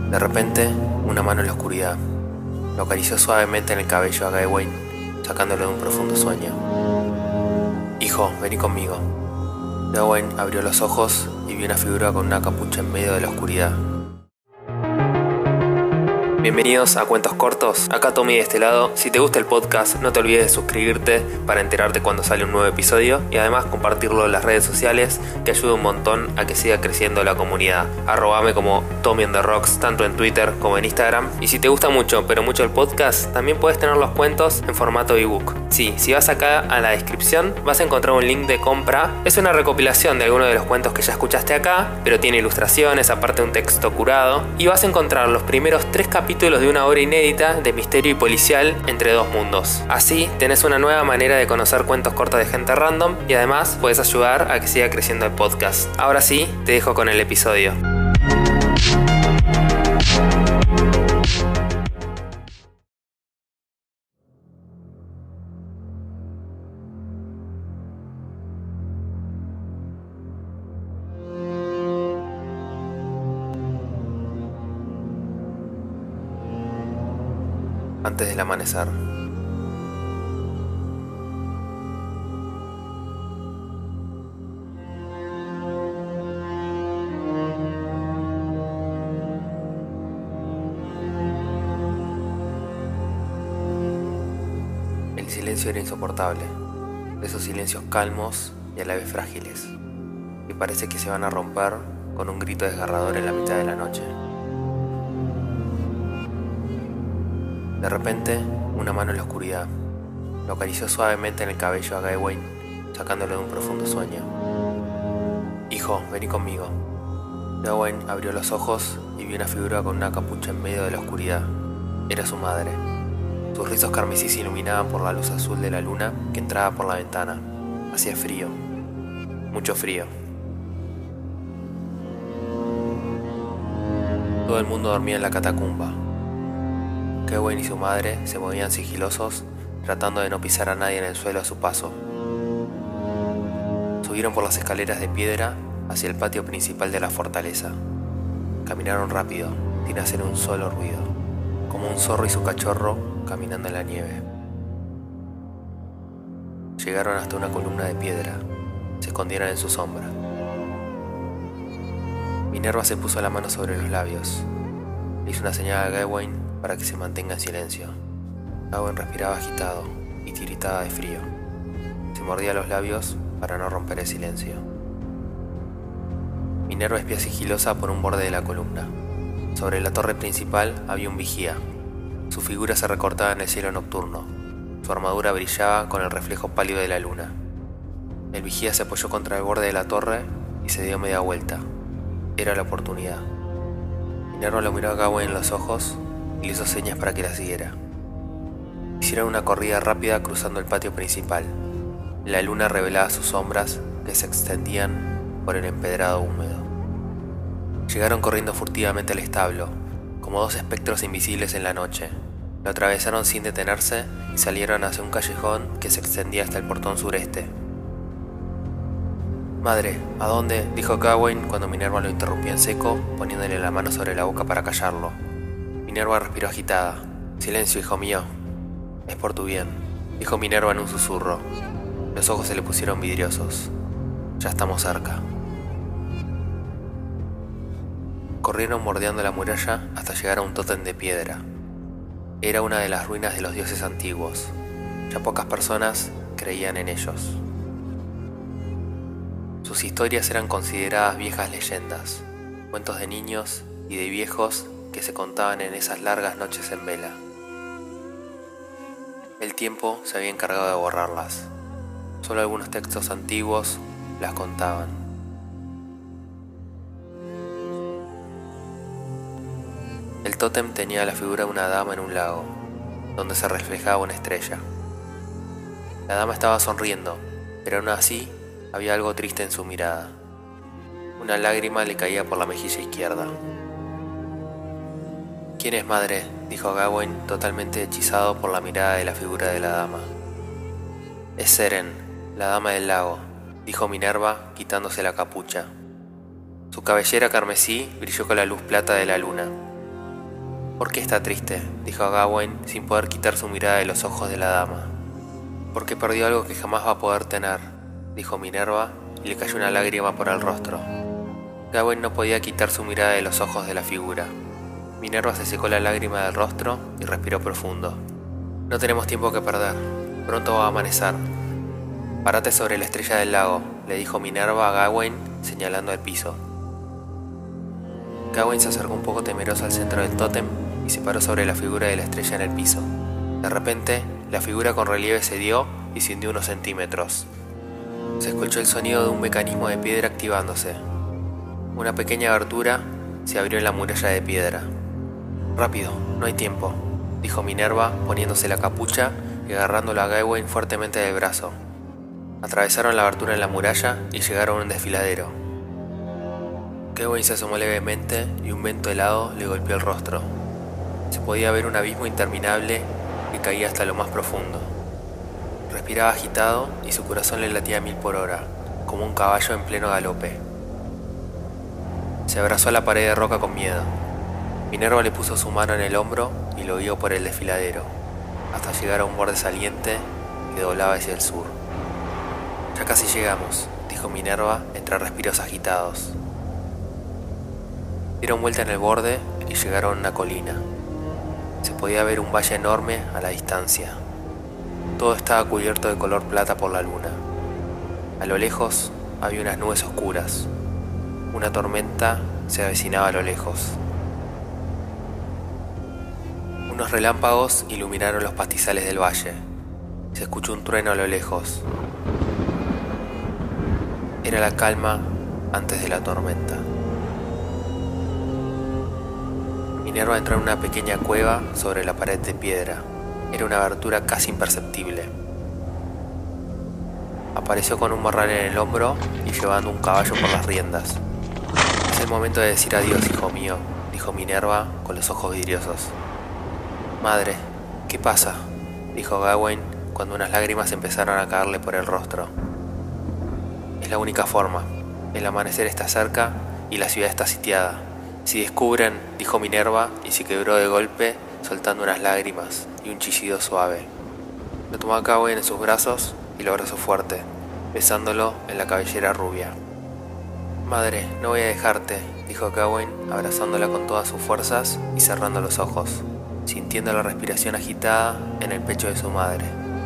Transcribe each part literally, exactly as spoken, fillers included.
De repente, una mano en la oscuridad lo acarició suavemente en el cabello a Gawain, sacándolo de un profundo sueño. «Hijo, vení conmigo». Gawain abrió los ojos y vio una figura con una capucha en medio de la oscuridad. Bienvenidos a Cuentos Cortos, acá Tommy de este lado. Si te gusta el podcast, no te olvides de suscribirte para enterarte cuando sale un nuevo episodio y además compartirlo en las redes sociales, que ayuda un montón a que siga creciendo la comunidad. Arrobame como Tommy on the Rocks, tanto en Twitter como en Instagram. Y si te gusta mucho, pero mucho el podcast, también puedes tener los cuentos en formato ebook. Sí, si vas acá a la descripción, vas a encontrar un link de compra. Es una recopilación de algunos de los cuentos que ya escuchaste acá, pero tiene ilustraciones, aparte un texto curado. Y vas a encontrar los primeros tres capítulos de una obra inédita de misterio y policial entre dos mundos. Así tenés una nueva manera de conocer cuentos cortos de gente random y además puedes ayudar a que siga creciendo el podcast. Ahora sí, te dejo con el episodio. Antes del amanecer. El silencio era insoportable, esos silencios calmos y a la vez frágiles, que parece que se van a romper con un grito desgarrador en la mitad de la noche. De repente, una mano en la oscuridad lo acarició suavemente en el cabello a Gawain, sacándolo de un profundo sueño. «Hijo, vení conmigo». Gawain abrió los ojos y vio una figura con una capucha en medio de la oscuridad. Era su madre. Sus rizos carmesí se iluminaban por la luz azul de la luna que entraba por la ventana. Hacía frío, mucho frío. Todo el mundo dormía en la catacumba. Gawain y su madre se movían sigilosos, tratando de no pisar a nadie en el suelo a su paso. Subieron por las escaleras de piedra hacia el patio principal de la fortaleza. Caminaron rápido, sin hacer un solo ruido, como un zorro y su cachorro caminando en la nieve. Llegaron hasta una columna de piedra, se escondieron en su sombra. Minerva se puso la mano sobre los labios. Le hizo una señal a Gawain para que se mantenga en silencio. Gawain respiraba agitado y tiritaba de frío. Se mordía los labios para no romper el silencio. Minerva espía sigilosa por un borde de la columna. Sobre la torre principal había un vigía. Su figura se recortaba en el cielo nocturno. Su armadura brillaba con el reflejo pálido de la luna. El vigía se apoyó contra el borde de la torre y se dio media vuelta. Era la oportunidad. Minerva lo miró a Gawain en los ojos y le hizo señas para que la siguiera. Hicieron una corrida rápida cruzando el patio principal. La luna revelaba sus sombras que se extendían por el empedrado húmedo. Llegaron corriendo furtivamente al establo, como dos espectros invisibles en la noche. Lo atravesaron sin detenerse y salieron hacia un callejón que se extendía hasta el portón sureste. «Madre, ¿a dónde?», dijo Gawain cuando Minerva lo interrumpió en seco, poniéndole la mano sobre la boca para callarlo. Minerva respiró agitada. «Silencio, hijo mío. Es por tu bien», dijo Minerva en un susurro. Los ojos se le pusieron vidriosos. «Ya estamos cerca». Corrieron bordeando la muralla hasta llegar a un tótem de piedra. Era una de las ruinas de los dioses antiguos. Ya pocas personas creían en ellos. Sus historias eran consideradas viejas leyendas, cuentos de niños y de viejos que se contaban en esas largas noches en vela. El tiempo se había encargado de borrarlas. Solo algunos textos antiguos las contaban. El tótem tenía la figura de una dama en un lago, donde se reflejaba una estrella. La dama estaba sonriendo, pero aún así había algo triste en su mirada. Una lágrima le caía por la mejilla izquierda. «¿Quién es, madre?», dijo Gawain, totalmente hechizado por la mirada de la figura de la dama. «Es Seren, la dama del lago», dijo Minerva, quitándose la capucha. Su cabellera carmesí brilló con la luz plata de la luna. ¿Por qué está triste?, dijo Gawain sin poder quitar su mirada de los ojos de la dama. Porque perdió algo que jamás va a poder tener, dijo Minerva, y le cayó una lágrima por el rostro. Gawain no podía quitar su mirada de los ojos de la figura. Minerva se secó la lágrima del rostro y respiró profundo. No tenemos tiempo que perder, pronto va a amanecer. Párate sobre la estrella del lago, le dijo Minerva a Gawain señalando el piso. Gawain se acercó un poco temeroso al centro del tótem y se paró sobre la figura de la estrella en el piso. De repente, la figura con relieve se dio y se hundió unos centímetros. Se escuchó el sonido de un mecanismo de piedra activándose. Una pequeña abertura se abrió en la muralla de piedra. «Rápido, no hay tiempo», dijo Minerva poniéndose la capucha y agarrándolo a Gawain fuertemente del brazo. Atravesaron la abertura en la muralla y llegaron a un desfiladero. Gawain se asomó levemente y un viento helado le golpeó el rostro. Se podía ver un abismo interminable que caía hasta lo más profundo. Respiraba agitado y su corazón le latía a mil por hora, como un caballo en pleno galope. Se abrazó a la pared de roca con miedo. Minerva le puso su mano en el hombro y lo guió por el desfiladero, hasta llegar a un borde saliente que doblaba hacia el sur. «Ya casi llegamos», dijo Minerva entre respiros agitados. Dieron vuelta en el borde y llegaron a una colina. Se podía ver un valle enorme a la distancia. Todo estaba cubierto de color plata por la luna. A lo lejos había unas nubes oscuras. Una tormenta se avecinaba a lo lejos. Unos relámpagos iluminaron los pastizales del valle. Se escuchó un trueno a lo lejos. Era la calma antes de la tormenta. Minerva entró en una pequeña cueva sobre la pared de piedra. Era una abertura casi imperceptible. Apareció con un morral en el hombro y llevando un caballo por las riendas. «Es el momento de decir adiós, hijo mío», dijo Minerva con los ojos vidriosos. «Madre, ¿qué pasa?», dijo Gawain cuando unas lágrimas empezaron a caerle por el rostro. «Es la única forma. El amanecer está cerca y la ciudad está sitiada. Si descubren», dijo Minerva y se quebró de golpe, soltando unas lágrimas y un chillido suave. Lo tomó a Gawain en sus brazos y lo abrazó fuerte, besándolo en la cabellera rubia. «Madre, no voy a dejarte», dijo Gawain, abrazándola con todas sus fuerzas y cerrando los ojos, sintiendo la respiración agitada en el pecho de su madre.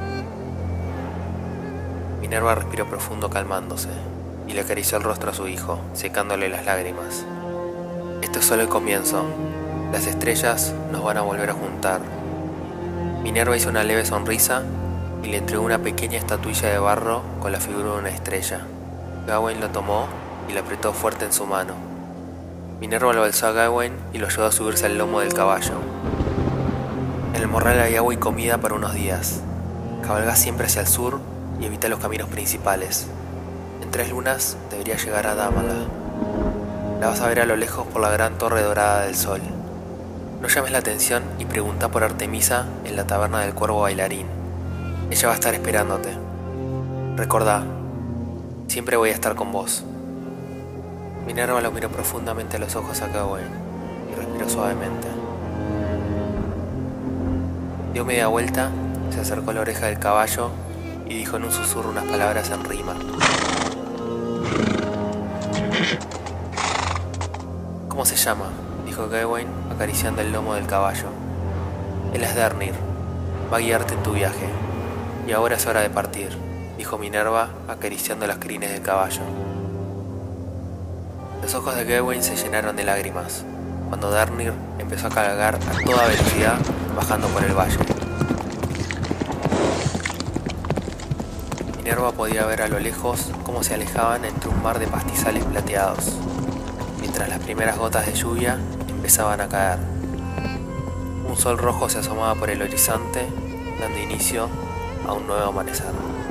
Minerva respiró profundo calmándose y le acarició el rostro a su hijo, secándole las lágrimas. «Esto es solo el comienzo. Las estrellas nos van a volver a juntar». Minerva hizo una leve sonrisa y le entregó una pequeña estatuilla de barro con la figura de una estrella. Gawain lo tomó y lo apretó fuerte en su mano. Minerva lo alzó a Gawain y lo ayudó a subirse al lomo del caballo. «En el morral hay agua y comida para unos días. Cabalgá siempre hacia el sur y evita los caminos principales. En tres lunas deberías llegar a Dámala. La vas a ver a lo lejos por la gran torre dorada del sol. No llames la atención y pregunta por Artemisa en la taberna del Cuervo Bailarín. Ella va a estar esperándote. Recordá, siempre voy a estar con vos». Minerva lo miró profundamente a los ojos a Gawain y respiró suavemente. Dio media vuelta, se acercó a la oreja del caballo y dijo en un susurro unas palabras en rima. «¿Cómo se llama?», dijo Gawain acariciando el lomo del caballo. «Él es Dernir, va a guiarte en tu viaje. Y ahora es hora de partir», dijo Minerva acariciando las crines del caballo. Los ojos de Gawain se llenaron de lágrimas cuando Dernir empezó a cabalgar a toda velocidad bajando por el valle. Minerva podía ver a lo lejos cómo se alejaban entre un mar de pastizales plateados, mientras las primeras gotas de lluvia empezaban a caer. Un sol rojo se asomaba por el horizonte, dando inicio a un nuevo amanecer.